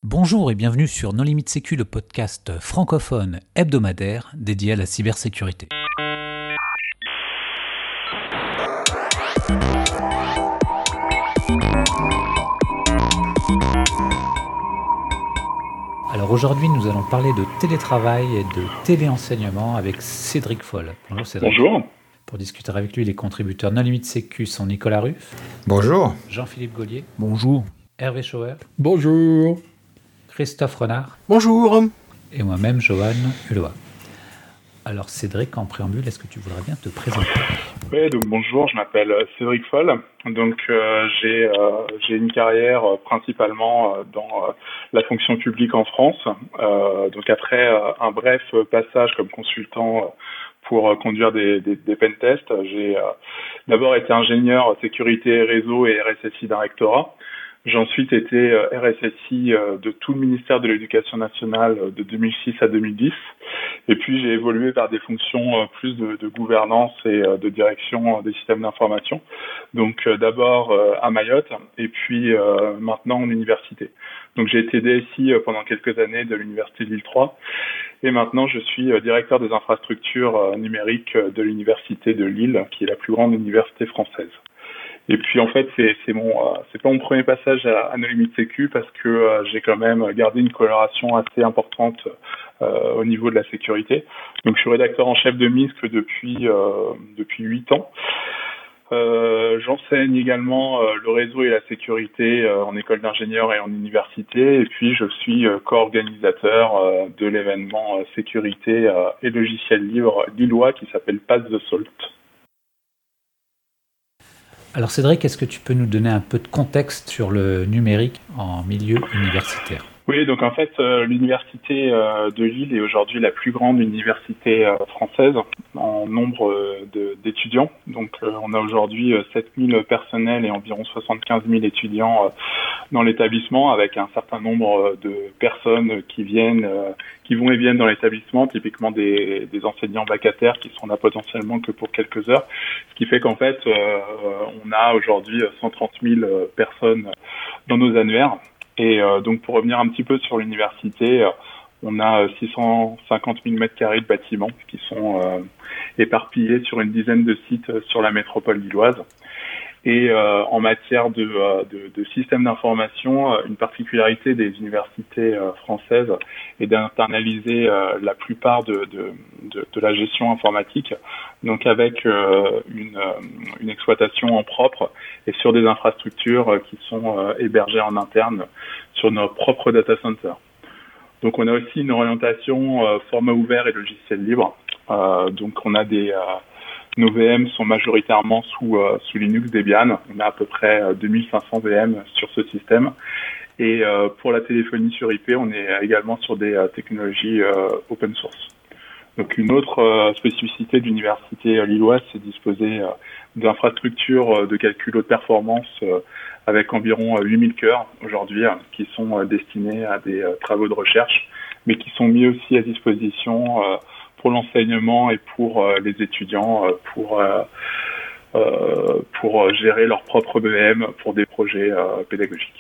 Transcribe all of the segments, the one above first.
Bonjour et bienvenue sur Non Limite Sécu, le podcast francophone hebdomadaire dédié à la cybersécurité. Alors aujourd'hui, nous allons parler de télétravail et de téléenseignement avec Cédric Foll. Bonjour Cédric. Bonjour. Pour discuter avec lui, les contributeurs Non Limite Sécu sont Nicolas Ruff. Bonjour. Jean-Philippe Gaulier. Bonjour. Hervé Schauer. Bonjour. Christophe Renard. Bonjour. Et moi-même, Johan Hulot. Alors Cédric, en préambule, est-ce que tu voudrais bien te présenter ? Oui, donc bonjour, je m'appelle Cédric Foll. Donc j'ai une carrière principalement dans la fonction publique en France. Donc après un bref passage comme consultant pour conduire des pentests, j'ai d'abord été ingénieur sécurité et réseau et RSSI d'un rectorat. J'ai ensuite été RSSI de tout le ministère de l'Éducation nationale de 2006 à 2010. Et puis j'ai évolué vers des fonctions plus de gouvernance et de direction des systèmes d'information. Donc d'abord à Mayotte et puis maintenant en université. Donc j'ai été DSI pendant quelques années de l'université de Lille 3 et maintenant je suis directeur des infrastructures numériques de l'université de Lille, qui est la plus grande université française. Et puis en fait c'est pas mon premier passage à No Limite Sécu parce que j'ai quand même gardé une coloration assez importante au niveau de la sécurité. Donc je suis rédacteur en chef de MISC depuis 8 ans. J'enseigne également le réseau et la sécurité en école d'ingénieur et en université. Et puis je suis co-organisateur de l'événement sécurité et logiciel libre lillois qui s'appelle Pass the Salt. Alors Cédric, est-ce que tu peux nous donner un peu de contexte sur le numérique en milieu universitaire ? Oui, donc en fait, l'université de Lille est aujourd'hui la plus grande université française en nombre d'étudiants. Donc on a aujourd'hui 7000 personnels et environ 75 000 étudiants dans l'établissement, avec un certain nombre de personnes qui vont et viennent dans l'établissement, typiquement des enseignants vacataires qui sont là potentiellement que pour quelques heures. Ce qui fait qu'en fait, on a aujourd'hui 130 000 personnes dans nos annuaires. Et donc pour revenir un petit peu sur l'université, on a 650 000 mètres carrés de bâtiments qui sont éparpillés sur une dizaine de sites sur la métropole lilloise. Et en matière de système d'information, une particularité des universités françaises est d'internaliser la plupart de la gestion informatique, donc avec une exploitation en propre et sur des infrastructures qui sont hébergées en interne sur nos propres data centers. Donc on a aussi une orientation format ouvert et logiciel libre. Donc on a nos VM sont majoritairement sous Linux Debian. On a à peu près 2500 VM sur ce système. Et pour la téléphonie sur IP, on est également sur des technologies open source. Donc une autre spécificité de l'université lilloise, c'est de disposer d'infrastructures de calcul haute performance avec environ 8000 cœurs aujourd'hui qui sont destinés à des travaux de recherche, mais qui sont mis aussi à disposition pour l'enseignement et pour les étudiants pour gérer leur propre VM pour des projets pédagogiques.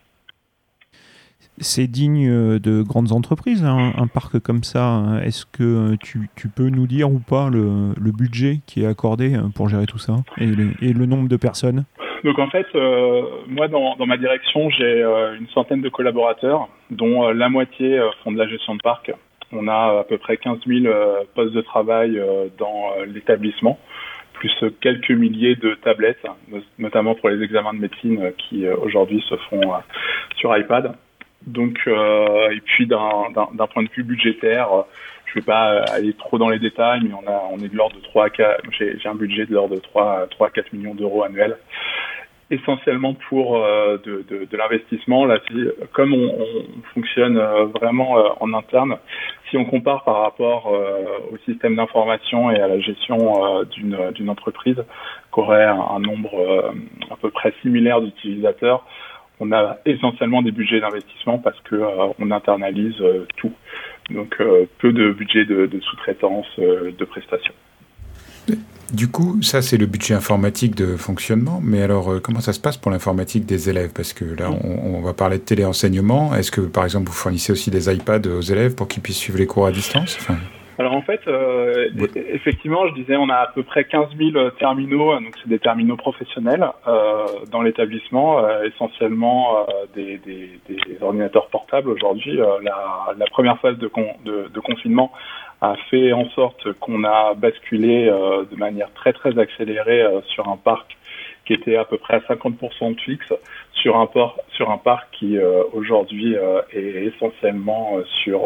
C'est digne de grandes entreprises, un parc comme ça. Est-ce que tu peux nous dire ou pas le budget qui est accordé pour gérer tout ça et le nombre de personnes ? Donc en fait, moi dans ma direction, j'ai une centaine de collaborateurs, dont la moitié font de la gestion de parc. On a à peu près 15 000 postes de travail dans l'établissement, plus quelques milliers de tablettes, notamment pour les examens de médecine qui aujourd'hui se font sur iPad. Donc, et puis d'un point de vue budgétaire, je vais pas aller trop dans les détails, mais on est de l'ordre de 3 à 4, j'ai un budget de l'ordre de 3 à 4 millions d'euros annuels. Essentiellement pour de l'investissement. Là, comme on fonctionne vraiment en interne, si on compare par rapport au système d'information et à la gestion d'une entreprise qui aurait un nombre à peu près similaire d'utilisateurs, on a essentiellement des budgets d'investissement parce que on internalise tout. Donc peu de budget de sous-traitance, de prestations. Du coup, ça c'est le budget informatique de fonctionnement, mais alors comment ça se passe pour l'informatique des élèves? Parce que là, on va parler de téléenseignement. Est-ce que, par exemple, vous fournissez aussi des iPads aux élèves pour qu'ils puissent suivre les cours à distance? Alors en fait, effectivement, je disais, on a à peu près 15 000 terminaux, donc c'est des terminaux professionnels dans l'établissement, essentiellement des ordinateurs portables aujourd'hui. La première phase de confinement a fait en sorte qu'on a basculé de manière très très accélérée sur un parc qui était à peu près à 50% de fixe, sur un parc qui aujourd'hui est essentiellement sur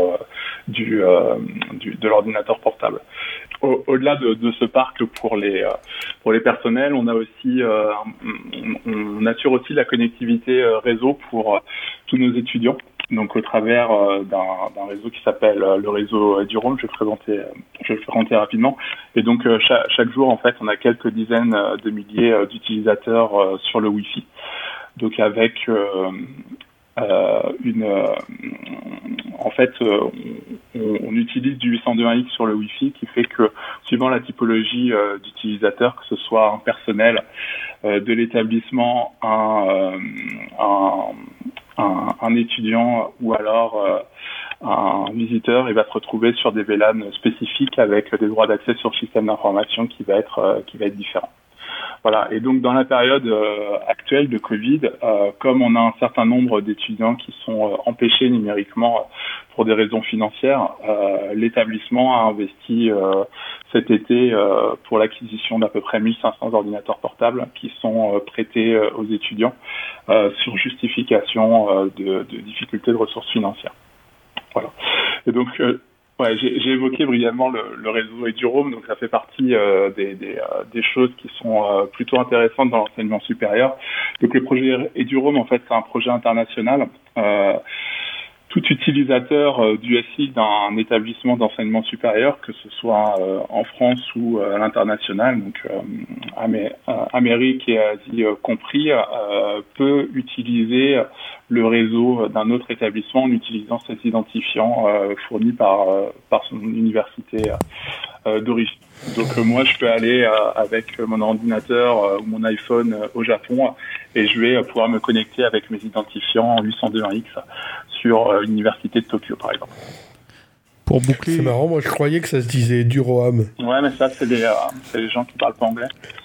de l'ordinateur portable. Au-delà de ce parc pour les personnels, on a aussi on assure aussi la connectivité réseau pour tous nos étudiants. Donc au travers d'un réseau qui s'appelle le réseau EduRoam, je vais le présenter rapidement. Et donc chaque jour, en fait, on a quelques dizaines de milliers d'utilisateurs sur le Wi-Fi. Donc avec on utilise du 802.1x sur le Wi-Fi, qui fait que suivant la typologie d'utilisateur, que ce soit un personnel de l'établissement, un étudiant ou alors un visiteur, il va se retrouver sur des VLAN spécifiques avec des droits d'accès sur le système d'information qui va être différent. Voilà. Et donc dans la période actuelle de Covid, comme on a un certain nombre d'étudiants qui sont empêchés numériquement pour des raisons financières, l'établissement a investi cet été pour l'acquisition d'à peu près 1500 ordinateurs portables qui sont prêtés aux étudiants sur justification de difficultés de ressources financières. Voilà. Et donc j'ai évoqué brièvement le réseau EduRoam, donc ça fait partie des choses qui sont plutôt intéressantes dans l'enseignement supérieur. Donc le projet EduRoam, en fait, c'est un projet international. Tout utilisateur du SI d'un établissement d'enseignement supérieur, que ce soit en France ou à l'international, donc Amérique et Asie compris, peut utiliser le réseau d'un autre établissement en utilisant ses identifiants fournis par son université d'origine. Donc moi, je peux aller avec mon ordinateur ou mon iPhone au Japon et je vais pouvoir me connecter avec mes identifiants 802.1x sur l'université de Tokyo, par exemple. Pour boucler... C'est marrant, moi je croyais que ça se disait EduRoam. Ouais, mais ça, c'est les gens qui parlent pas anglais.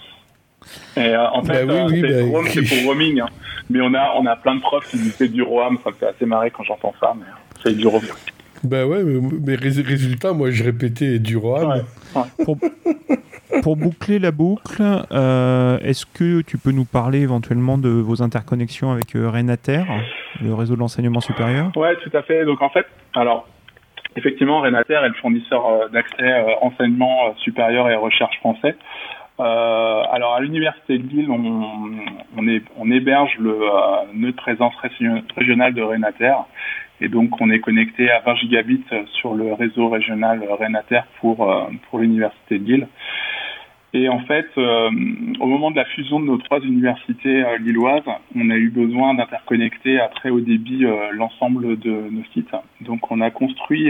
Et en fait, c'est pour roaming. Hein. Mais on a plein de profs qui disent EduRoam, ça me fait assez marrer quand j'entends ça, mais c'est EduRoam. Ben ouais, mais résultat, moi je répétais EduRoam. Ouais. Pour boucler la boucle, est-ce que tu peux nous parler éventuellement de vos interconnexions avec Renater, le réseau de l'enseignement supérieur? Ouais, tout à fait. Donc en fait, alors effectivement, Renater est le fournisseur d'accès enseignement supérieur et recherche français. Alors à l'université de Lille, on héberge le nœud de présence régional de Renater. Et donc, on est connecté à 20 gigabits sur le réseau régional Renater pour l'université de Lille. Et en fait, au moment de la fusion de nos 3 universités lilloises, on a eu besoin d'interconnecter à très haut débit l'ensemble de nos sites. Donc, on a construit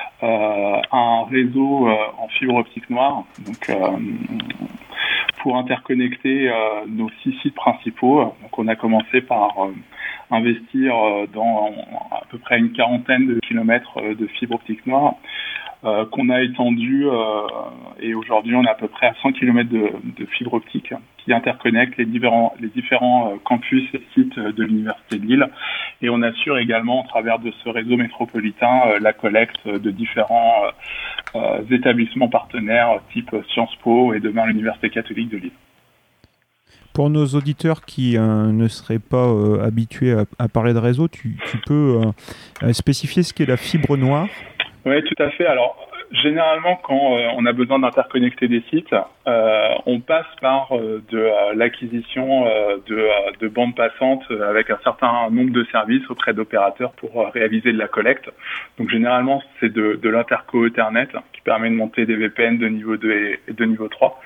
un réseau en fibre optique noire, donc pour interconnecter nos 6 sites principaux. Donc, on a commencé par investir dans à peu près une quarantaine de kilomètres de fibre optique noire qu'on a étendu et aujourd'hui on a à peu près à 100 kilomètres de fibre optique qui interconnecte les différents campus et sites de l'université de Lille, et on assure également au travers de ce réseau métropolitain la collecte de différents établissements partenaires type Sciences Po et demain l'Université catholique de Lille. Pour nos auditeurs qui ne seraient pas habitués à parler de réseau, tu peux spécifier ce qu'est la fibre noire? Oui, tout à fait. Alors, généralement, quand on a besoin d'interconnecter des sites, on passe par l'acquisition de bandes passantes avec un certain nombre de services auprès d'opérateurs pour réaliser de la collecte. Donc, généralement, c'est de l'interco Ethernet qui permet de monter des VPN de niveau 2 et de niveau 3.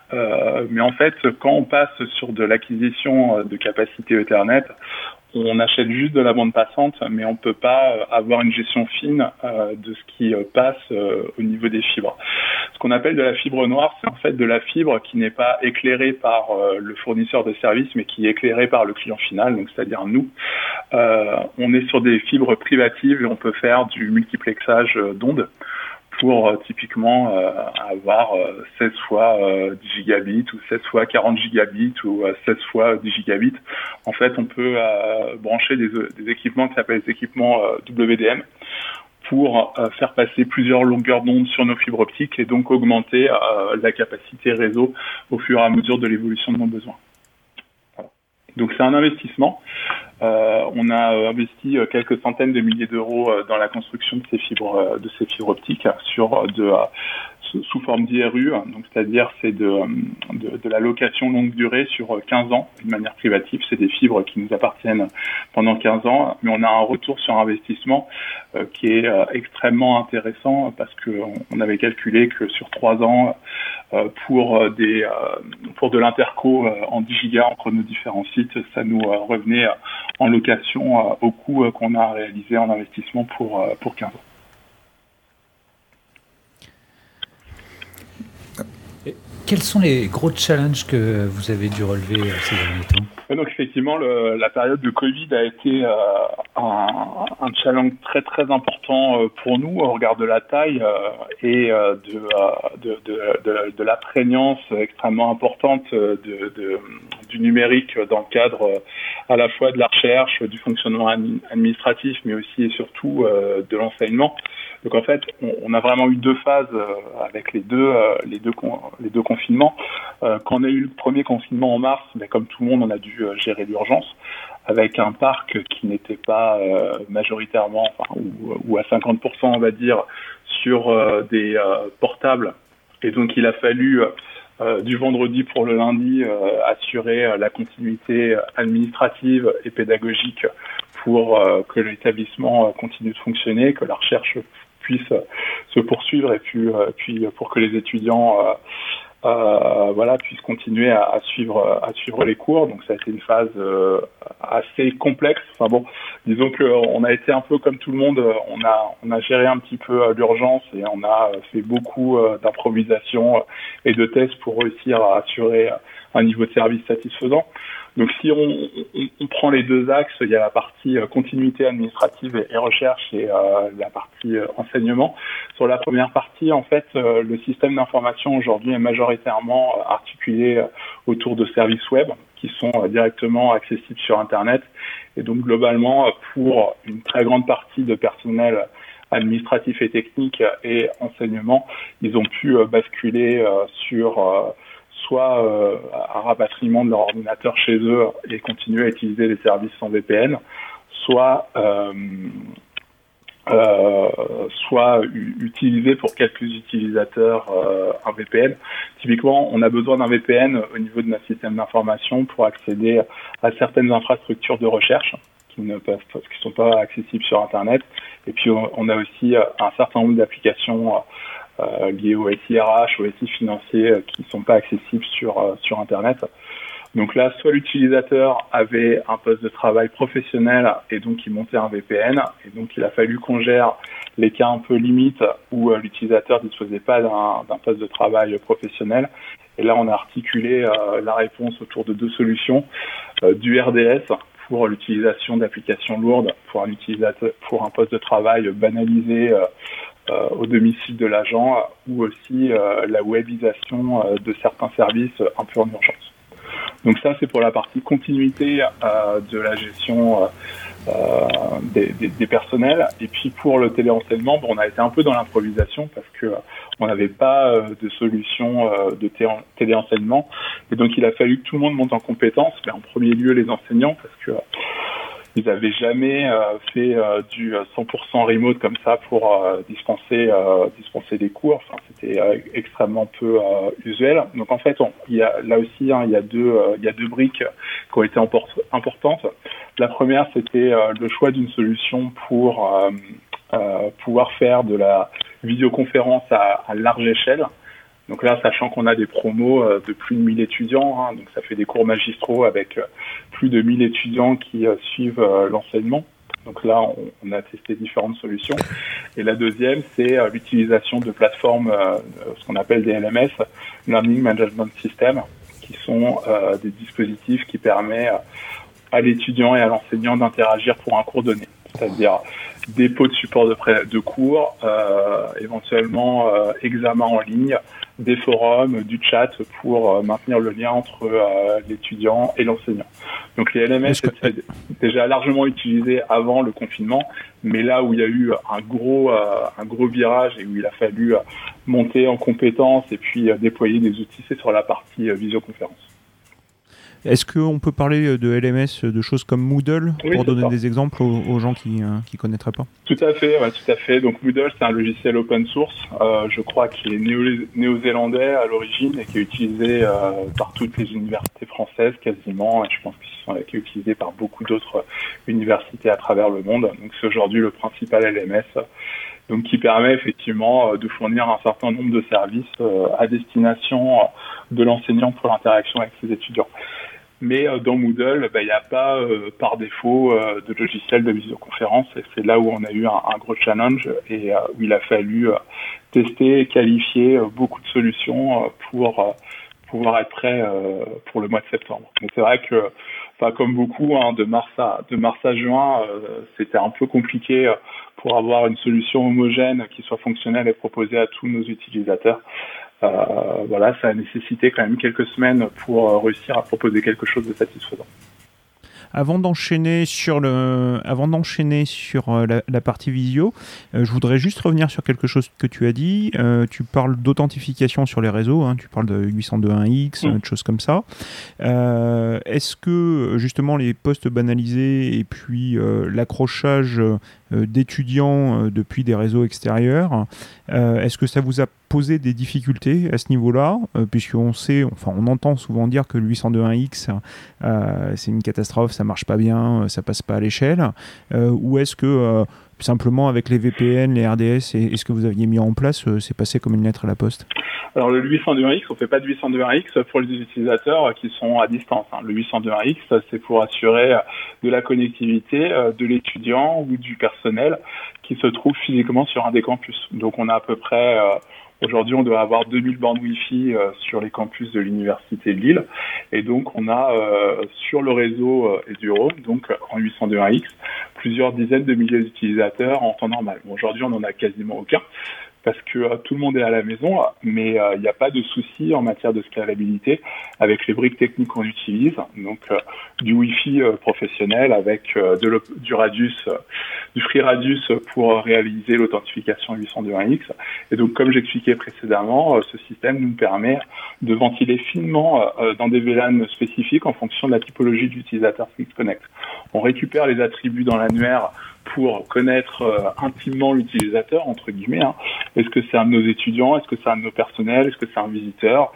Mais en fait, quand on passe sur de l'acquisition de capacité Ethernet, on achète juste de la bande passante, mais on ne peut pas avoir une gestion fine de ce qui passe au niveau des fibres. Ce qu'on appelle de la fibre noire, c'est en fait de la fibre qui n'est pas éclairée par le fournisseur de services, mais qui est éclairée par le client final, donc c'est-à-dire nous. On est sur des fibres privatives et on peut faire du multiplexage d'ondes pour typiquement avoir 16 fois 10 gigabits ou 16 fois 40 gigabits ou 16 fois 10 gigabits. En fait, on peut brancher des équipements qui s'appellent des équipements WDM pour faire passer plusieurs longueurs d'onde sur nos fibres optiques et donc augmenter la capacité réseau au fur et à mesure de l'évolution de nos besoins. Voilà. Donc c'est un investissement. On a investi quelques centaines de milliers d'euros dans la construction de ces fibres optiques sous forme d'IRU, donc c'est-à-dire c'est de la location longue durée sur 15 ans, d'une manière privative. C'est des fibres qui nous appartiennent pendant 15 ans, mais on a un retour sur investissement qui est extrêmement intéressant parce qu'on avait calculé que sur 3 ans, pour de l'interco en 10 gigas entre nos différents sites, ça nous revenait en location au coût qu'on a réalisé en investissement pour 15 ans. Quels sont les gros challenges que vous avez dû relever ces derniers temps ? Donc effectivement, la période de Covid a été un challenge très très important pour nous au regard de la taille et de la prégnance extrêmement importante du numérique dans le cadre à la fois de la recherche, du fonctionnement administratif, mais aussi et surtout de l'enseignement. Donc en fait, on a vraiment eu 2 phases avec les deux confinements. Quand on a eu le premier confinement en mars, comme tout le monde, on a dû gérer l'urgence avec un parc qui n'était pas majoritairement, ou à 50%, on va dire, sur des portables. Et donc il a fallu du vendredi pour le lundi assurer la continuité administrative et pédagogique pour que l'établissement continue de fonctionner, que la recherche puisse se poursuivre et puis pour que les étudiants puissent continuer à suivre les cours. Donc ça a été une phase assez complexe. Enfin bon, disons que on a été un peu comme tout le monde. On a géré un petit peu l'urgence et on a fait beaucoup d'improvisation et de tests pour réussir à assurer un niveau de service satisfaisant. Donc si on prend les 2 axes, il y a la partie continuité administrative et recherche et la partie enseignement. Sur la première partie, en fait, le système d'information aujourd'hui est majoritairement articulé autour de services web qui sont directement accessibles sur Internet. Et donc globalement, pour une très grande partie de personnel administratif et technique et enseignement, ils ont pu basculer sur soit un rapatriement de leur ordinateur chez eux et continuer à utiliser les services sans VPN, soit utiliser pour quelques utilisateurs un VPN. Typiquement, on a besoin d'un VPN au niveau de notre système d'information pour accéder à certaines infrastructures de recherche qui sont pas accessibles sur Internet. Et puis, on a aussi un certain nombre d'applications liées au SIRH, au SI financier, qui ne sont pas accessibles sur Internet. Donc là, soit l'utilisateur avait un poste de travail professionnel et donc il montait un VPN, et donc il a fallu qu'on gère les cas un peu limites où l'utilisateur ne disposait pas d'un poste de travail professionnel. Et là, on a articulé la réponse autour de 2 solutions, du RDS pour l'utilisation d'applications lourdes pour un poste de travail banalisé au domicile de l'agent, ou aussi la webisation de certains services un peu en urgence. Donc ça, c'est pour la partie continuité de la gestion des personnels. Et puis pour le téléenseignement, on a été un peu dans l'improvisation parce que on n'avait pas de solution de téléenseignement. Et donc il a fallu que tout le monde monte en compétences, mais en premier lieu les enseignants, parce que ils n'avaient jamais fait du 100% remote comme ça pour dispenser des cours. Enfin, c'était extrêmement peu usuel. Donc en fait, il y a deux briques qui ont été importantes. La première, c'était le choix d'une solution pour pouvoir faire de la vidéoconférence à large échelle. Donc là, sachant qu'on a des promos de plus de 1000 étudiants, donc ça fait des cours magistraux avec plus de 1000 étudiants qui suivent l'enseignement. Donc là, on a testé différentes solutions. Et la deuxième, c'est l'utilisation de plateformes, ce qu'on appelle des LMS, Learning Management System, qui sont des dispositifs qui permettent à l'étudiant et à l'enseignant d'interagir pour un cours donné. C'est-à-dire dépôt de support de cours, éventuellement examen en ligne, des forums, du chat pour maintenir le lien entre l'étudiant et l'enseignant. Donc les LMS étaient déjà largement utilisés avant le confinement, mais là où il y a eu un gros virage et où il a fallu monter en compétences et puis déployer des outils, c'est sur la partie visioconférence. Est-ce qu'on peut parler de LMS, de choses comme Moodle, pour donner des exemples aux gens qui connaîtraient pas? Tout à fait. Donc Moodle, c'est un logiciel open source, je crois qu'il est néo-zélandais à l'origine et qui est utilisé par toutes les universités françaises quasiment, et je pense qu'il est utilisé par beaucoup d'autres universités à travers le monde. Donc c'est aujourd'hui le principal LMS, donc qui permet effectivement de fournir un certain nombre de services à destination de l'enseignant pour l'interaction avec ses étudiants. Mais dans Moodle, il n'y a pas par défaut de logiciel de visioconférence, et c'est là où on a eu un gros challenge et où il a fallu tester, qualifier beaucoup de solutions pour pouvoir être prêt pour le mois de septembre. Mais c'est vrai que, comme beaucoup, de mars à juin, c'était un peu compliqué pour avoir une solution homogène qui soit fonctionnelle et proposée à tous nos utilisateurs. Ça a nécessité quand même quelques semaines pour réussir à proposer quelque chose de satisfaisant. Avant d'enchaîner sur la partie visio, je voudrais juste revenir sur quelque chose que tu as dit. Tu parles d'authentification sur les réseaux, tu parles de 802.1x, de choses comme ça. Est-ce que justement les postes banalisés et puis l'accrochage d'étudiants depuis des réseaux extérieurs, est-ce que ça vous a posé des difficultés à ce niveau-là, puisqu'on sait, on entend souvent dire que le 802.1x c'est une catastrophe, ça marche pas bien, ça passe pas à l'échelle, ou est-ce que simplement avec les VPN, les RDS et ce que vous aviez mis en place, c'est passé comme une lettre à la poste? Alors le 802.1x, on fait pas de 802.1x pour les utilisateurs qui sont à distance. Le 802.1x, c'est pour assurer de la connectivité de l'étudiant ou du personnel qui se trouve physiquement sur un des campus. Donc on a à peu près aujourd'hui, on doit avoir 2000 bornes Wi-Fi sur les campus de l'Université de Lille. Et donc, on a sur le réseau Eduroam, donc en 802.1x, plusieurs dizaines de milliers d'utilisateurs en temps normal. Bon, aujourd'hui, on n'en a quasiment aucun, parce que tout le monde est à la maison, mais il n'y a pas de souci en matière de scalabilité avec les briques techniques qu'on utilise, donc du Wi-Fi professionnel avec du Radius, du FreeRadius pour réaliser l'authentification 802.1x. Et donc, comme j'expliquais précédemment, ce système nous permet de ventiler finement dans des VLAN spécifiques en fonction de la typologie de l'utilisateur qui se connecte. On récupère les attributs dans l'annuaire pour connaître intimement l'utilisateur, entre guillemets. Est-ce que c'est un de nos étudiants? Est-ce que c'est un de nos personnels? Est-ce que c'est un visiteur?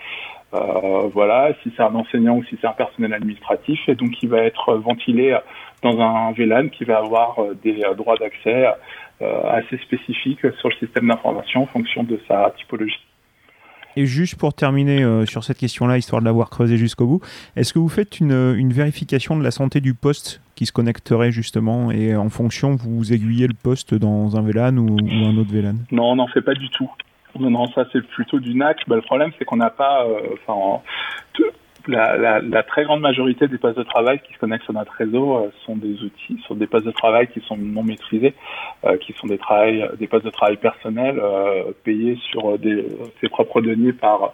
Si c'est un enseignant ou si c'est un personnel administratif. Et donc, il va être ventilé dans un VLAN qui va avoir des droits d'accès assez spécifiques sur le système d'information en fonction de sa typologie. Et juste pour terminer sur cette question-là, histoire de l'avoir creusé jusqu'au bout, est-ce que vous faites une vérification de la santé du poste qui se connecterait justement et en fonction, vous aiguillez le poste dans un VLAN ou un autre VLAN? Non, on n'en fait pas du tout. Non, ça c'est plutôt du NAC. Le problème, c'est qu'on n'a pas... La très grande majorité des postes de travail qui se connectent sur notre réseau sont des postes de travail qui sont non maîtrisés, qui sont des postes de travail personnels payés sur ses propres deniers par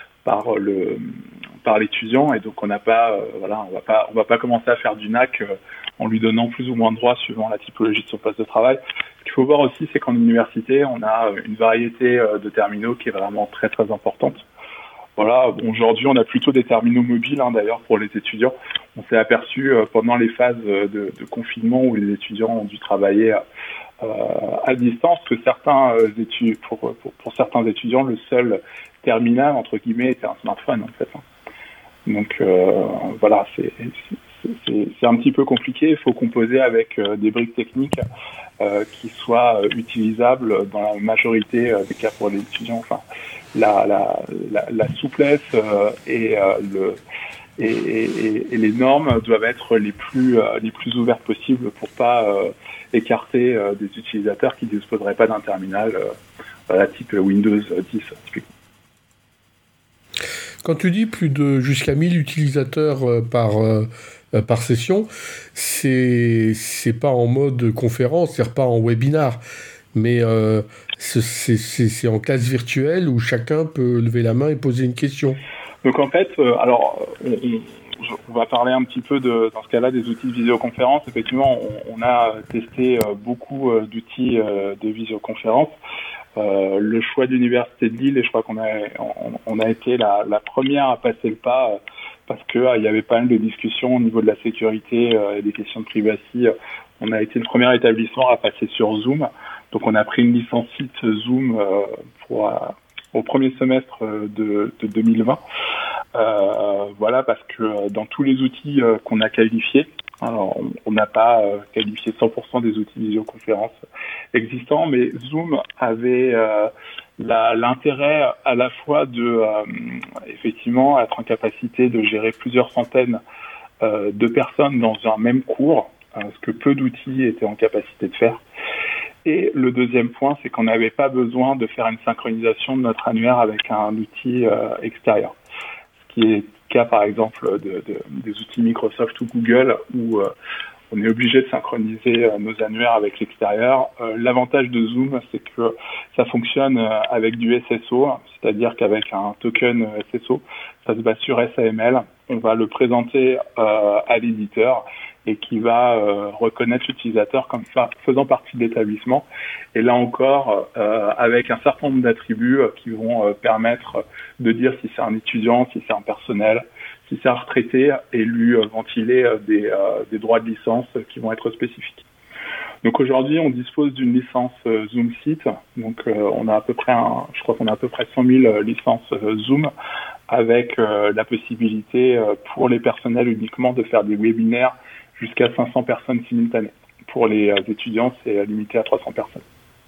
l'étudiant, et donc on n'a pas, on va pas commencer à faire du NAC en lui donnant plus ou moins de droits suivant la typologie de son poste de travail. Ce qu'il faut voir aussi, c'est qu'en université, on a une variété de terminaux qui est vraiment très très importante. Aujourd'hui, on a plutôt des terminaux mobiles, d'ailleurs, pour les étudiants. On s'est aperçu pendant les phases de confinement où les étudiants ont dû travailler à distance que pour certains étudiants, le seul terminal, entre guillemets, était un smartphone, en fait. Donc, c'est un petit peu compliqué. Il faut composer avec des briques techniques qui soient utilisables dans la majorité des cas pour les étudiants. Enfin, la souplesse et les normes doivent être les plus ouvertes possibles pour pas écarter des utilisateurs qui ne disposeraient pas d'un terminal type Windows 10 typiquement. Quand tu dis jusqu'à 1000 utilisateurs par session, c'est pas en mode conférence, c'est-à-dire pas en webinar, mais c'est en classe virtuelle où chacun peut lever la main et poser une question. Donc en fait, on va parler un petit peu dans ce cas-là des outils de visioconférence. Effectivement, on a testé beaucoup d'outils de visioconférence. Le choix de l'Université de Lille, et je crois qu'on a été la première à passer le pas parce que il y avait pas mal de discussions au niveau de la sécurité et des questions de privacy. On a été le premier établissement à passer sur Zoom. Donc on a pris une licence site Zoom au premier semestre de 2020. Voilà, parce que dans tous les outils qu'on a qualifiés, alors on n'a pas qualifié 100% des outils de visioconférence existants, mais Zoom avait l'intérêt à la fois de effectivement être en capacité de gérer plusieurs centaines de personnes dans un même cours, ce que peu d'outils étaient en capacité de faire. Et le deuxième point, c'est qu'on n'avait pas besoin de faire une synchronisation de notre annuaire avec un outil extérieur. Ce qui est le cas, par exemple, des outils Microsoft ou Google, où on est obligé de synchroniser nos annuaires avec l'extérieur. L'avantage de Zoom, c'est que ça fonctionne avec du SSO, c'est-à-dire qu'avec un token SSO, ça se base sur SAML. On va le présenter à l'éditeur et qui va reconnaître l'utilisateur comme ça, faisant partie de l'établissement. Et là encore, avec un certain nombre d'attributs qui vont permettre de dire si c'est un étudiant, si c'est un personnel, si c'est un retraité, et lui ventiler des droits de licence qui vont être spécifiques. Donc aujourd'hui, on dispose d'une licence Zoom Site. Donc on a à peu près je crois qu'on a à peu près 100 000 licences Zoom, avec la possibilité pour les personnels uniquement de faire des webinaires jusqu'à 500 personnes simultanées. Pour les étudiants, c'est limité à 300 personnes.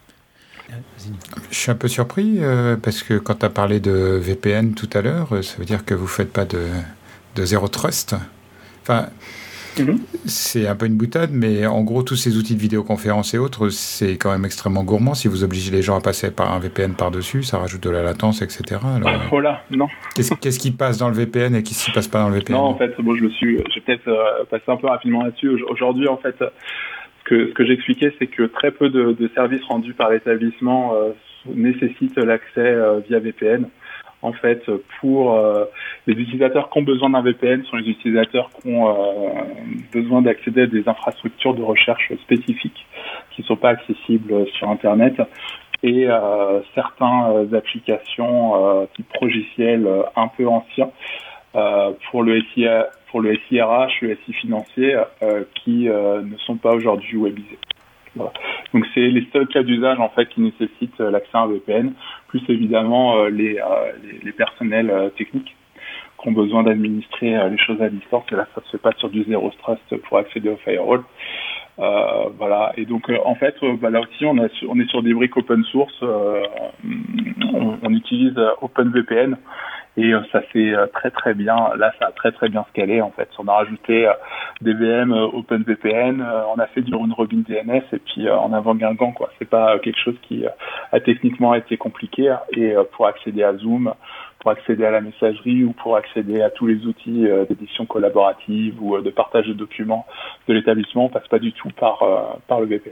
Je suis un peu surpris parce que quand tu as parlé de VPN tout à l'heure, ça veut dire que vous ne faites pas de Zero Trust. Enfin, c'est un peu une boutade, mais en gros, tous ces outils de vidéoconférence et autres, c'est quand même extrêmement gourmand. Si vous obligez les gens à passer par un VPN par-dessus, ça rajoute de la latence, etc. Alors, voilà, non. Qu'est-ce qui passe dans le VPN et qu'est-ce qui ne passe pas dans le VPN? Non, en fait, bon, j'ai peut-être passé un peu rapidement là-dessus. Aujourd'hui, en fait, ce que j'expliquais, c'est que très peu de services rendus par l'établissement nécessitent l'accès via VPN. En fait, pour les utilisateurs qui ont besoin d'un VPN sont les utilisateurs qui ont besoin d'accéder à des infrastructures de recherche spécifiques qui ne sont pas accessibles sur Internet, et certaines applications type logiciel un peu anciens pour le SIRH, le SI financier qui ne sont pas aujourd'hui webisés. Voilà. Donc c'est les seuls cas d'usage en fait qui nécessitent l'accès à un VPN, plus évidemment les personnels techniques qui ont besoin d'administrer les choses à distance, et là ça se fait pas sur du Zero Trust pour accéder au firewall. Voilà, et donc en fait là aussi on est sur des briques open source, on utilise OpenVPN. Et ça c'est très très bien. Là, ça a très très bien scalé en fait. On a rajouté des VM OpenVPN, on a fait du round robin DNS et puis en avant Guingamp quoi. C'est pas quelque chose qui a techniquement été compliqué. Et pour accéder à Zoom, pour accéder à la messagerie ou pour accéder à tous les outils d'édition collaborative ou de partage de documents de l'établissement, on passe pas du tout par le VPN.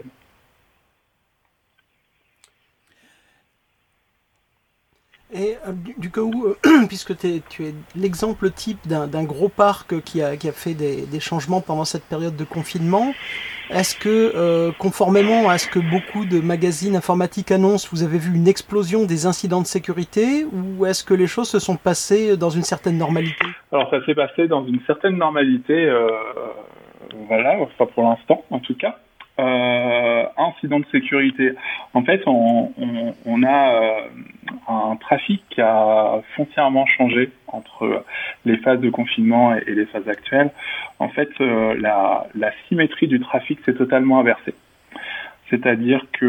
Et du coup, puisque tu es l'exemple type d'un gros parc qui a fait des changements pendant cette période de confinement, est-ce que, conformément à ce que beaucoup de magazines informatiques annoncent, vous avez vu une explosion des incidents de sécurité, ou est-ce que les choses se sont passées dans une certaine normalité? Alors ça s'est passé dans une certaine normalité, voilà, enfin pour l'instant en tout cas. Incident de sécurité. En fait, on a un trafic qui a foncièrement changé entre les phases de confinement et les phases actuelles. En fait, la symétrie du trafic s'est totalement inversée. C'est-à-dire que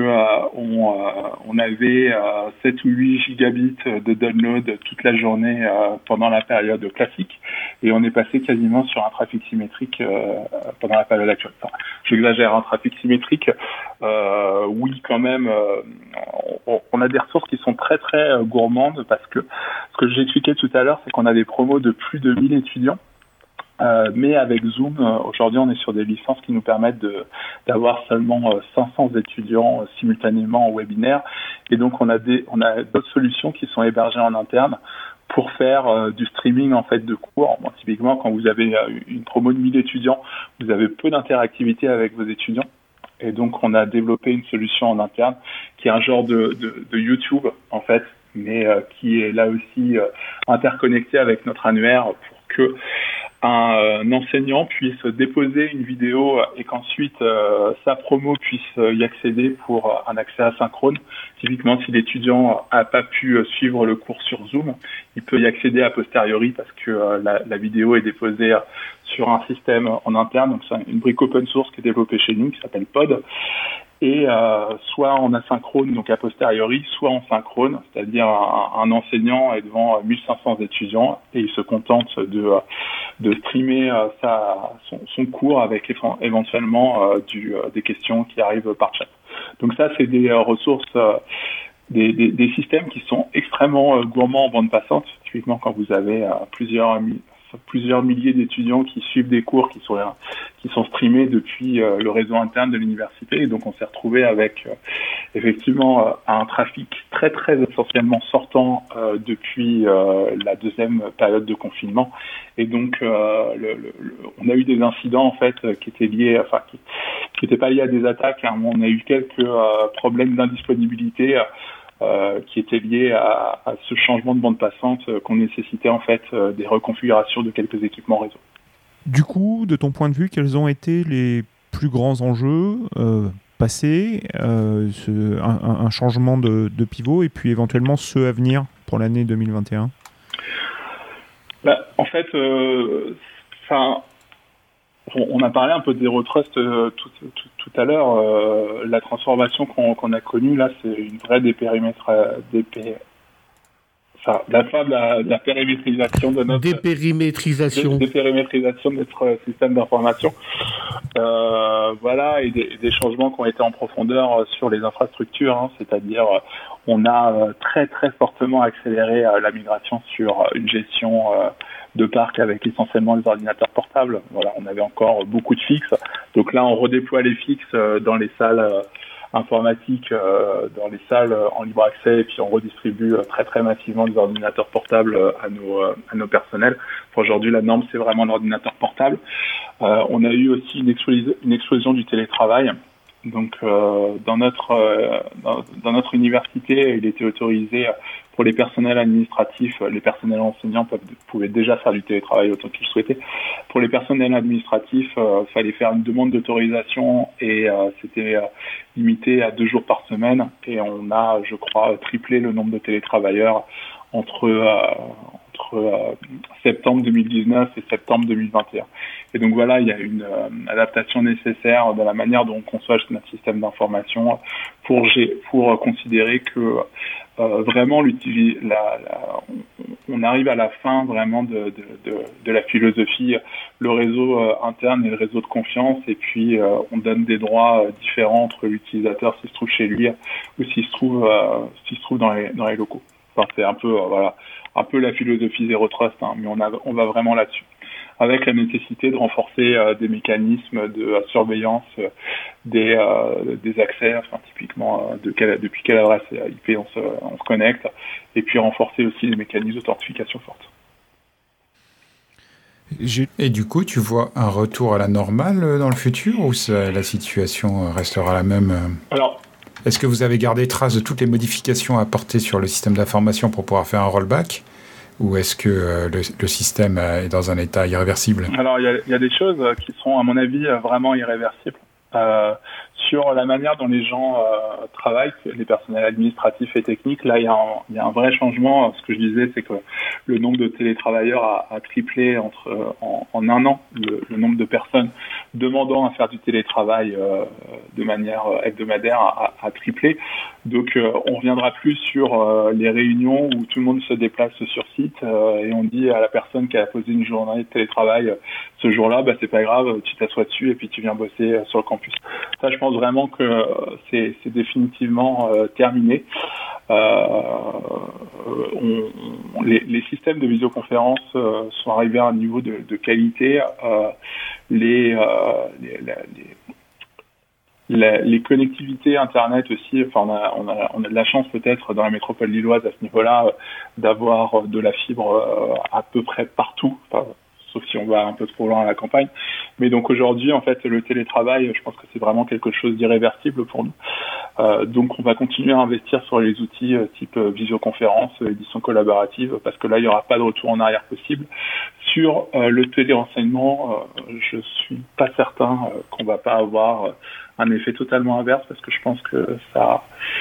on avait 7 ou 8 gigabits de download toute la journée pendant la période classique, et on est passé quasiment sur un trafic symétrique pendant la période actuelle. Enfin, j'exagère, un trafic symétrique, oui quand même. On a des ressources qui sont très très gourmandes, parce que ce que j'expliquais tout à l'heure, c'est qu'on a des promos de plus de 1000 étudiants. Mais avec Zoom, aujourd'hui, on est sur des licences qui nous permettent d'avoir seulement 500 étudiants simultanément en webinaire. Et donc, on a d'autres solutions qui sont hébergées en interne pour faire du streaming en fait de cours. Bon, typiquement, quand vous avez une promo de 1000 étudiants, vous avez peu d'interactivité avec vos étudiants. Et donc, on a développé une solution en interne qui est un genre de YouTube, en fait, mais qui est là aussi interconnecté avec notre annuaire pour que un enseignant puisse déposer une vidéo et qu'ensuite sa promo puisse y accéder pour un accès asynchrone. Typiquement, si l'étudiant n'a pas pu suivre le cours sur Zoom, il peut y accéder a posteriori parce que la vidéo est déposée sur un système en interne. Donc, c'est une brique open source qui est développée chez nous, qui s'appelle Pod. Et soit en asynchrone, donc a posteriori, soit en synchrone, c'est-à-dire un enseignant est devant 1500 étudiants et il se contente de streamer son cours avec éventuellement des questions qui arrivent par chat. Donc ça, c'est des ressources, des systèmes qui sont extrêmement gourmands en bande passante. Typiquement, quand vous avez plusieurs milliers d'étudiants qui suivent des cours qui sont streamés depuis le réseau interne de l'université, et donc on s'est retrouvé avec effectivement un trafic très très essentiellement sortant depuis la deuxième période de confinement, et donc on a eu des incidents en fait qui étaient liés, enfin qui n'étaient pas liés à des attaques, hein. On a eu quelques problèmes d'indisponibilité qui était lié à ce changement de bande passante qu'on nécessitait en fait des reconfigurations de quelques équipements réseau. Du coup, de ton point de vue, quels ont été les plus grands enjeux passés, un changement de pivot, et puis éventuellement ceux à venir pour l'année 2021? En fait, on a parlé un peu de Zero Trust tout à l'heure. La transformation qu'on a connue là, c'est une vraie la fin de la périmétrisation de notre dépérimétrisation de notre système d'information. Voilà, et des changements qui ont été en profondeur sur les infrastructures, hein, c'est-à-dire on a très très fortement accéléré la migration sur une gestion de parc avec essentiellement les ordinateurs portables. Voilà, on avait encore beaucoup de fixes. Donc là, on redéploie les fixes dans les salles informatiques, dans les salles en libre accès, et puis on redistribue très très massivement des ordinateurs portables à nos personnels. Aujourd'hui, la norme, c'est vraiment l'ordinateur portable. On a eu aussi une explosion du télétravail. Donc, dans notre université, il était autorisé pour les personnels administratifs, les personnels enseignants pouvaient déjà faire du télétravail autant qu'ils souhaitaient. Pour les personnels administratifs, fallait faire une demande d'autorisation et c'était limité à 2 jours par semaine. Et on a, je crois, triplé le nombre de télétravailleurs entre septembre 2019 et septembre 2021. Et donc voilà, il y a une adaptation nécessaire dans la manière dont on conçoit notre système d'information pour considérer que vraiment on arrive à la fin vraiment de la philosophie, le réseau interne et le réseau de confiance, et puis on donne des droits différents entre l'utilisateur s'il se trouve chez lui ou s'il se trouve dans les locaux. Enfin, c'est un peu la philosophie Zero Trust, hein, mais on va vraiment là-dessus, avec la nécessité de renforcer des mécanismes de surveillance des accès, enfin, typiquement depuis quelle adresse IP on se connecte, et puis renforcer aussi les mécanismes d'authentification forte. Et du coup, tu vois un retour à la normale dans le futur, ou la situation restera la même? Alors, est-ce que vous avez gardé trace de toutes les modifications apportées sur le système d'information pour pouvoir faire un rollback, ou est-ce que le système est dans un état irréversible? Alors, il y a des choses qui sont, à mon avis, vraiment irréversibles. Sur la manière dont les gens travaillent, les personnels administratifs et techniques, là, il y a un vrai changement. Ce que je disais, c'est que le nombre de télétravailleurs a triplé en un an, le nombre de personnes demandant à faire du télétravail de manière hebdomadaire a triplé. Donc, on reviendra plus sur les réunions où tout le monde se déplace sur site et on dit à la personne qui a posé une journée de télétravail ce jour-là, bah, c'est pas grave, tu t'assois dessus et puis tu viens bosser sur le campus. Ça, je pense vraiment que c'est définitivement terminé. Les systèmes de visioconférence sont arrivés à un niveau de qualité. Les connectivités internet aussi, enfin on a de la chance peut-être dans la métropole lilloise à ce niveau-là d'avoir de la fibre à peu près partout, sauf si on va un peu trop loin à la campagne. Mais donc aujourd'hui, en fait, le télétravail, je pense que c'est vraiment quelque chose d'irréversible pour nous. Donc on va continuer à investir sur les outils type visioconférence, édition collaborative, parce que là, il n'y aura pas de retour en arrière possible. Sur le télérenseignement, je suis pas certain qu'on va pas avoir un effet totalement inverse, parce que je pense que ça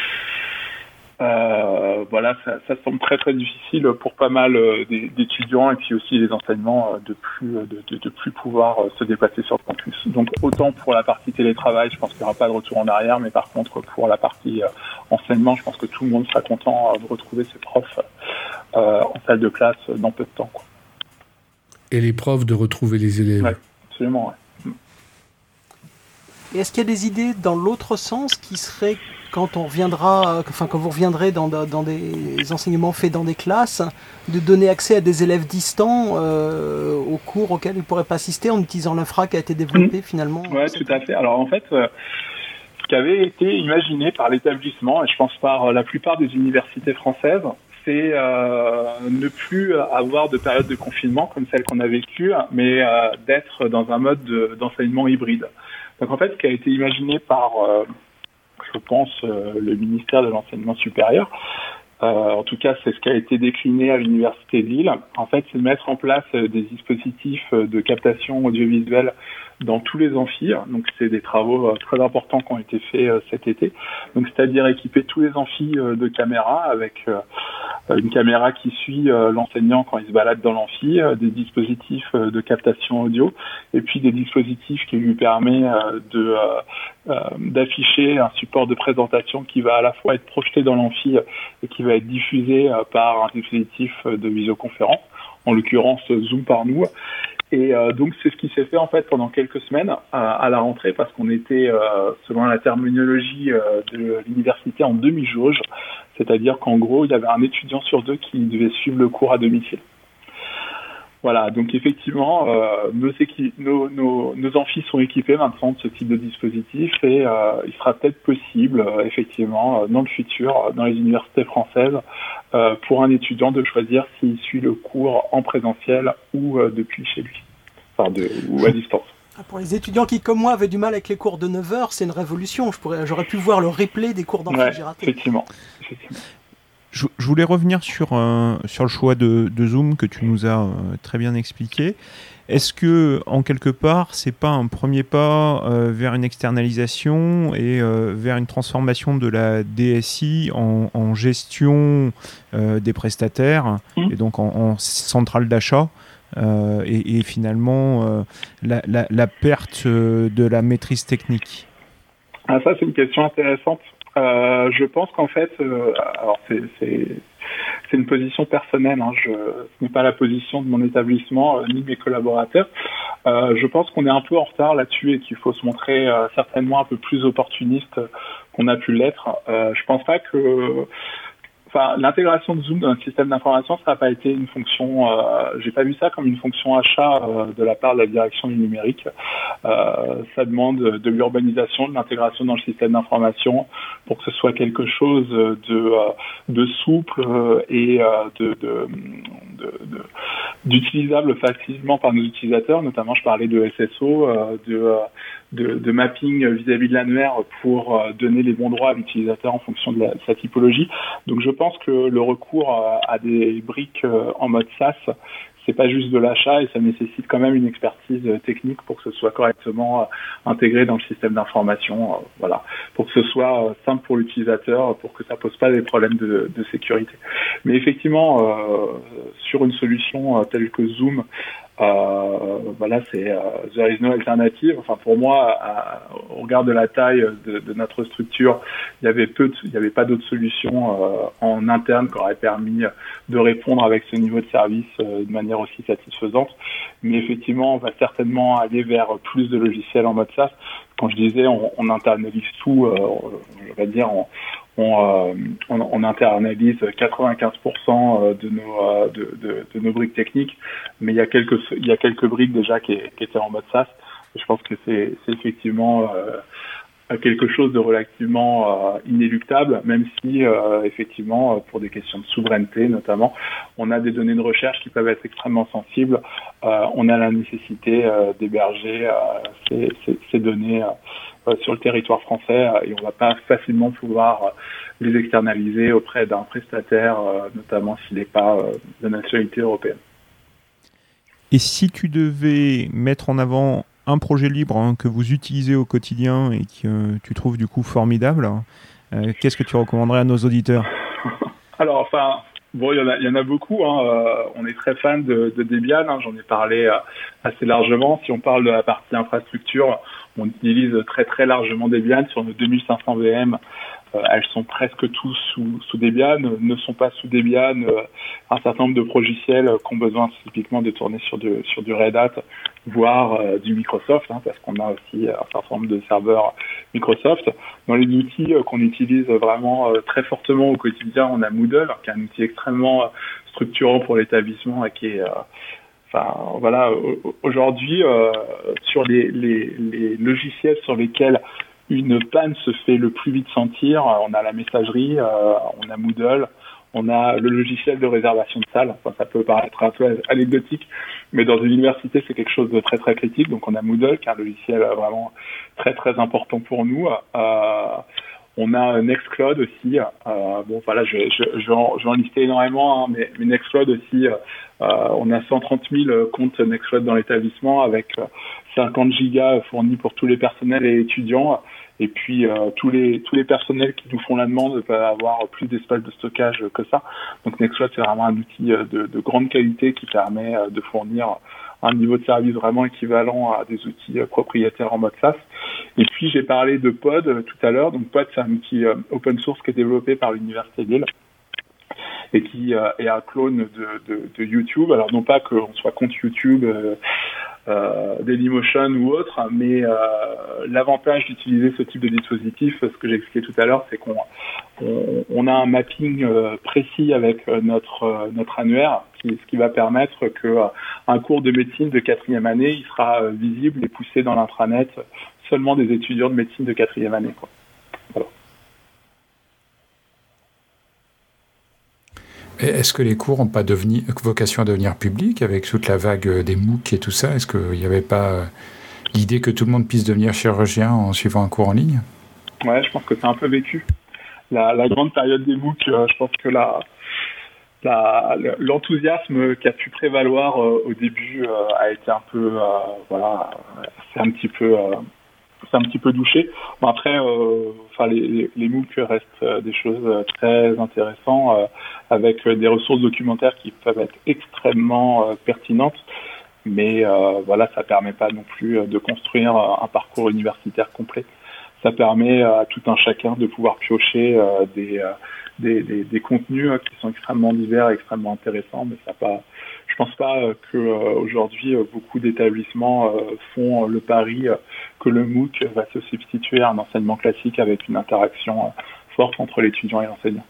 semble très très difficile pour pas mal d'étudiants et puis aussi les enseignants de plus pouvoir se déplacer sur le campus. Donc autant pour la partie télétravail, je pense qu'il n'y aura pas de retour en arrière, mais par contre pour la partie enseignement, je pense que tout le monde sera content de retrouver ses profs en salle de classe dans peu de temps, quoi. Et les profs de retrouver les élèves. Ouais, absolument, ouais. Et est-ce qu'il y a des idées dans l'autre sens qui seraient, quand vous reviendrez dans des enseignements faits dans des classes, de donner accès à des élèves distants aux cours auxquels ils ne pourraient pas assister en utilisant l'infra qui a été développé finalement? Oui, tout à fait. Alors en fait, ce qui avait été imaginé par l'établissement, et je pense par la plupart des universités françaises, c'est ne plus avoir de période de confinement comme celle qu'on a vécue, mais d'être dans un mode d'enseignement hybride. Donc en fait, ce qui a été imaginé par, je pense, le ministère de l'Enseignement supérieur, en tout cas c'est ce qui a été décliné à l'Université de Lille, en fait c'est de mettre en place des dispositifs de captation audiovisuelle dans tous les amphis. Donc c'est des travaux très importants qui ont été faits cet été. Donc c'est-à-dire équiper tous les amphis de caméras avec une caméra qui suit l'enseignant quand il se balade dans l'amphi, des dispositifs de captation audio et puis des dispositifs qui lui permettent d'afficher un support de présentation qui va à la fois être projeté dans l'amphi et qui va être diffusé par un dispositif de visioconférence, en l'occurrence Zoom par nous. Et donc c'est ce qui s'est fait en fait pendant quelques semaines à la rentrée, parce qu'on était, selon la terminologie de l'université, en demi-jauge, c'est-à-dire qu'en gros il y avait un étudiant sur deux qui devait suivre le cours à domicile. Voilà, donc effectivement, nos amphis sont équipés maintenant de ce type de dispositif et il sera peut-être possible, effectivement, dans le futur, dans les universités françaises, pour un étudiant de choisir s'il suit le cours en présentiel ou depuis chez lui, ou à distance. Pour les étudiants qui, comme moi, avaient du mal avec les cours de 9h, c'est une révolution. J'aurais pu voir le replay des cours d'amphi que j'ai raté. Effectivement. Je voulais revenir sur le choix de Zoom que tu nous as très bien expliqué. Est-ce que, en quelque part, c'est pas un premier pas vers une externalisation et vers une transformation de la DSI en gestion des prestataires et donc en centrale d'achat et finalement la perte de la maîtrise technique? Ah, ça, c'est une question intéressante. Je pense qu'en fait, alors c'est une position personnelle, hein, ce n'est pas la position de mon établissement ni de mes collaborateurs. Je pense qu'on est un peu en retard là-dessus et qu'il faut se montrer certainement un peu plus opportuniste qu'on a pu l'être. Je pense pas que l'intégration de Zoom dans un système d'information, ça n'a pas été une fonction, j'ai pas vu ça comme une fonction achat de la part de la direction du numérique. Ça demande de l'urbanisation, de l'intégration dans le système d'information pour que ce soit quelque chose de souple et d'utilisable facilement par nos utilisateurs. Notamment, je parlais de SSO, de mapping vis-à-vis de l'annuaire pour donner les bons droits à l'utilisateur en fonction de sa typologie. Donc je pense que le recours à des briques en mode SaaS, c'est pas juste de l'achat et ça nécessite quand même une expertise technique pour que ce soit correctement intégré dans le système d'information, voilà, pour que ce soit simple pour l'utilisateur, pour que ça pose pas des problèmes de sécurité. Mais effectivement, sur une solution telle que Zoom, voilà, c'est there is no alternative. Enfin, pour moi, au regard de la taille de notre structure, il y avait pas d'autre solution en interne qui aurait permis de répondre avec ce niveau de service de manière aussi satisfaisante. Mais effectivement, on va certainement aller vers plus de logiciels en mode SaaS. Quand je disais, on internalise tout, je vais dire, on internalise 95% de nos briques techniques, mais il y a quelques briques déjà qui étaient en mode SaaS. Et je pense que c'est effectivement quelque chose de relativement inéluctable, même si effectivement pour des questions de souveraineté notamment, on a des données de recherche qui peuvent être extrêmement sensibles. On a la nécessité d'héberger ces données sur le territoire français et on va pas facilement pouvoir les externaliser auprès d'un prestataire, notamment s'il n'est pas de nationalité européenne. Et si tu devais mettre en avant un projet libre que vous utilisez au quotidien et que tu trouves du coup formidable, qu'est-ce que tu recommanderais à nos auditeurs? Alors, enfin, bon, il y en a beaucoup. On est très fan de Debian. J'en ai parlé assez largement. Si on parle de la partie infrastructure, on utilise très très largement Debian sur nos 2500 VM. Elles sont presque tous sous Debian, ne sont pas sous Debian. Un certain nombre de logiciels qui ont besoin typiquement de tourner sur du Red Hat, voire du Microsoft, parce qu'on a aussi un certain nombre de serveurs Microsoft. Dans les outils qu'on utilise vraiment très fortement au quotidien, on a Moodle, qui est un outil extrêmement structurant pour l'établissement et qui est voilà, aujourd'hui sur les logiciels sur lesquels une panne se fait le plus vite sentir, on a la messagerie, on a Moodle, on a le logiciel de réservation de salles. Enfin, ça peut paraître un peu anecdotique, mais dans une université, c'est quelque chose de très très critique. Donc on a Moodle, qui est un logiciel vraiment très très important pour nous. On a Nextcloud aussi. Bon, voilà, je vais en lister énormément, mais Nextcloud aussi. On a 130 000 comptes Nextcloud dans l'établissement avec 50 gigas fournis pour tous les personnels et étudiants. Et puis tous les personnels qui nous font la demande peuvent avoir plus d'espace de stockage que ça. Donc Nextcloud, c'est vraiment un outil de grande qualité qui permet de fournir un niveau de service vraiment équivalent à des outils propriétaires en mode SaaS. Et puis j'ai parlé de Pod tout à l'heure. Donc Pod, c'est un outil open source qui est développé par l'Université de Lille et qui est un clone de YouTube. Alors non pas qu'on soit contre YouTube, Dailymotion ou autre, mais l'avantage d'utiliser ce type de dispositif, ce que j'ai expliqué tout à l'heure, c'est qu'on a un mapping précis avec notre annuaire, ce qui va permettre que un cours de médecine de 4e année, il sera visible et poussé dans l'intranet seulement des étudiants de médecine de 4e année, quoi. Voilà. Est-ce que les cours n'ont pas vocation à devenir publics avec toute la vague des MOOC et tout ça? Est-ce qu'il n'y avait pas l'idée que tout le monde puisse devenir chirurgien en suivant un cours en ligne? Ouais, je pense que c'est un peu vécu. La grande période des MOOC, je pense que l'enthousiasme qui a pu prévaloir au début a été un peu, voilà, c'est un petit peu douché. Bon, après, les MOOC restent des choses très intéressantes avec des ressources documentaires qui peuvent être extrêmement pertinentes, mais voilà, ça permet pas non plus de construire un parcours universitaire complet. Ça permet à tout un chacun de pouvoir piocher des contenus qui sont extrêmement divers et extrêmement intéressants, mais je pense pas que aujourd'hui beaucoup d'établissements font le pari que le MOOC va se substituer à un enseignement classique avec une interaction forte entre l'étudiant et l'enseignant.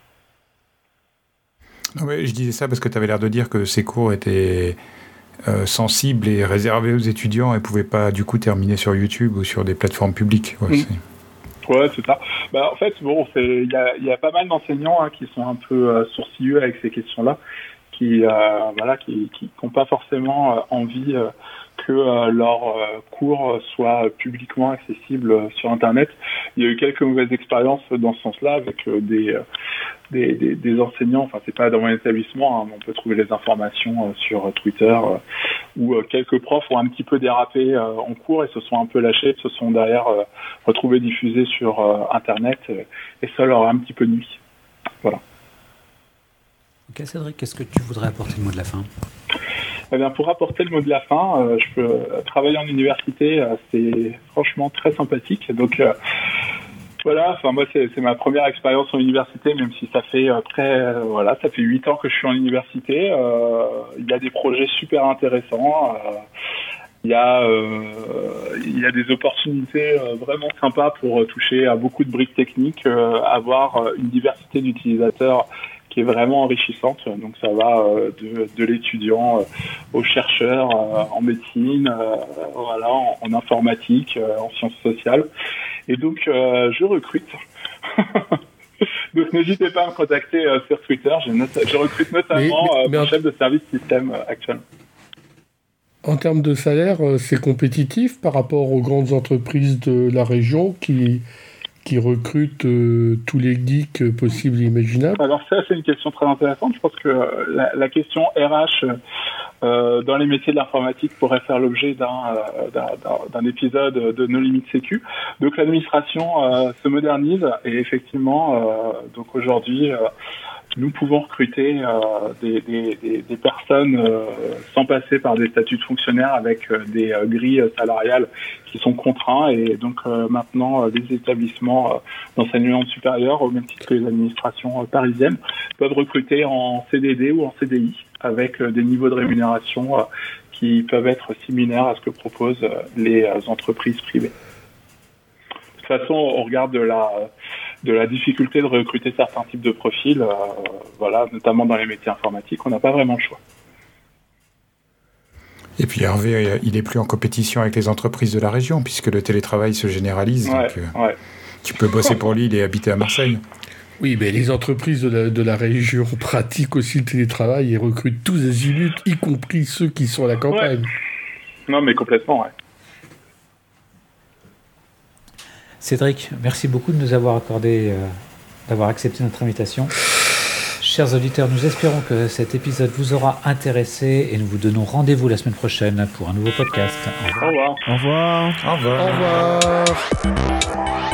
Non, mais je disais ça parce que tu avais l'air de dire que ces cours étaient sensibles et réservés aux étudiants et ne pouvaient pas du coup terminer sur YouTube ou sur des plateformes publiques. Ouais, c'est ça. En fait, bon, il y a pas mal d'enseignants qui sont un peu sourcilleux avec ces questions-là, qui n'ont pas forcément envie que leurs cours soient publiquement accessibles sur Internet. Il y a eu quelques mauvaises expériences dans ce sens-là avec des enseignants. Enfin, c'est pas dans mon établissement, hein, mais on peut trouver les informations sur Twitter où quelques profs ont un petit peu dérapé en cours et se sont un peu lâchés, se sont derrière retrouvés diffusés sur Internet et ça leur a un petit peu nuit. Voilà. Ok, Cédric, est-ce que tu voudrais apporter le mot de la fin ? Eh bien, pour apporter le mot de la fin, je peux travailler en université, c'est franchement très sympathique. Donc voilà, enfin moi c'est ma première expérience en université, même si ça fait ça fait 8 ans que je suis en université. Il y a des projets super intéressants. Il y a des opportunités vraiment sympas pour toucher à beaucoup de briques techniques, avoir une diversité d'utilisateurs qui est vraiment enrichissante. Donc ça va de l'étudiant au chercheur en médecine, en informatique, en sciences sociales. Et donc je recrute. Donc n'hésitez pas à me contacter sur Twitter. Je recrute notamment mon chef de service système actuellement. En termes de salaire, c'est compétitif par rapport aux grandes entreprises de la région qui recrutent tous les geeks possibles et imaginables. Alors ça, c'est une question très intéressante. Je pense que la question RH dans les métiers de l'informatique pourrait faire l'objet d'un épisode de No Limit Sécu. Donc l'administration se modernise et effectivement, donc aujourd'hui, nous pouvons recruter des personnes sans passer par des statuts de fonctionnaires avec des grilles salariales qui sont contraints et donc maintenant les établissements d'enseignement supérieur, au même titre que les administrations parisiennes, peuvent recruter en CDD ou en CDI avec des niveaux de rémunération qui peuvent être similaires à ce que proposent les entreprises privées. De toute façon, on regarde de la difficulté de recruter certains types de profils, notamment dans les métiers informatiques, on n'a pas vraiment le choix. Et puis Hervé, il n'est plus en compétition avec les entreprises de la région, puisque le télétravail se généralise. Tu peux bosser pour Lille et habiter à Marseille. Oui, mais les entreprises de la région pratiquent aussi le télétravail et recrutent tous azimuts, y compris ceux qui sont à la campagne. Ouais. Non, mais complètement, ouais. Cédric, merci beaucoup de nous avoir accordé, d'avoir accepté notre invitation. Chers auditeurs, nous espérons que cet épisode vous aura intéressé et nous vous donnons rendez-vous la semaine prochaine pour un nouveau podcast. Au revoir. Au revoir. Au revoir. Au revoir.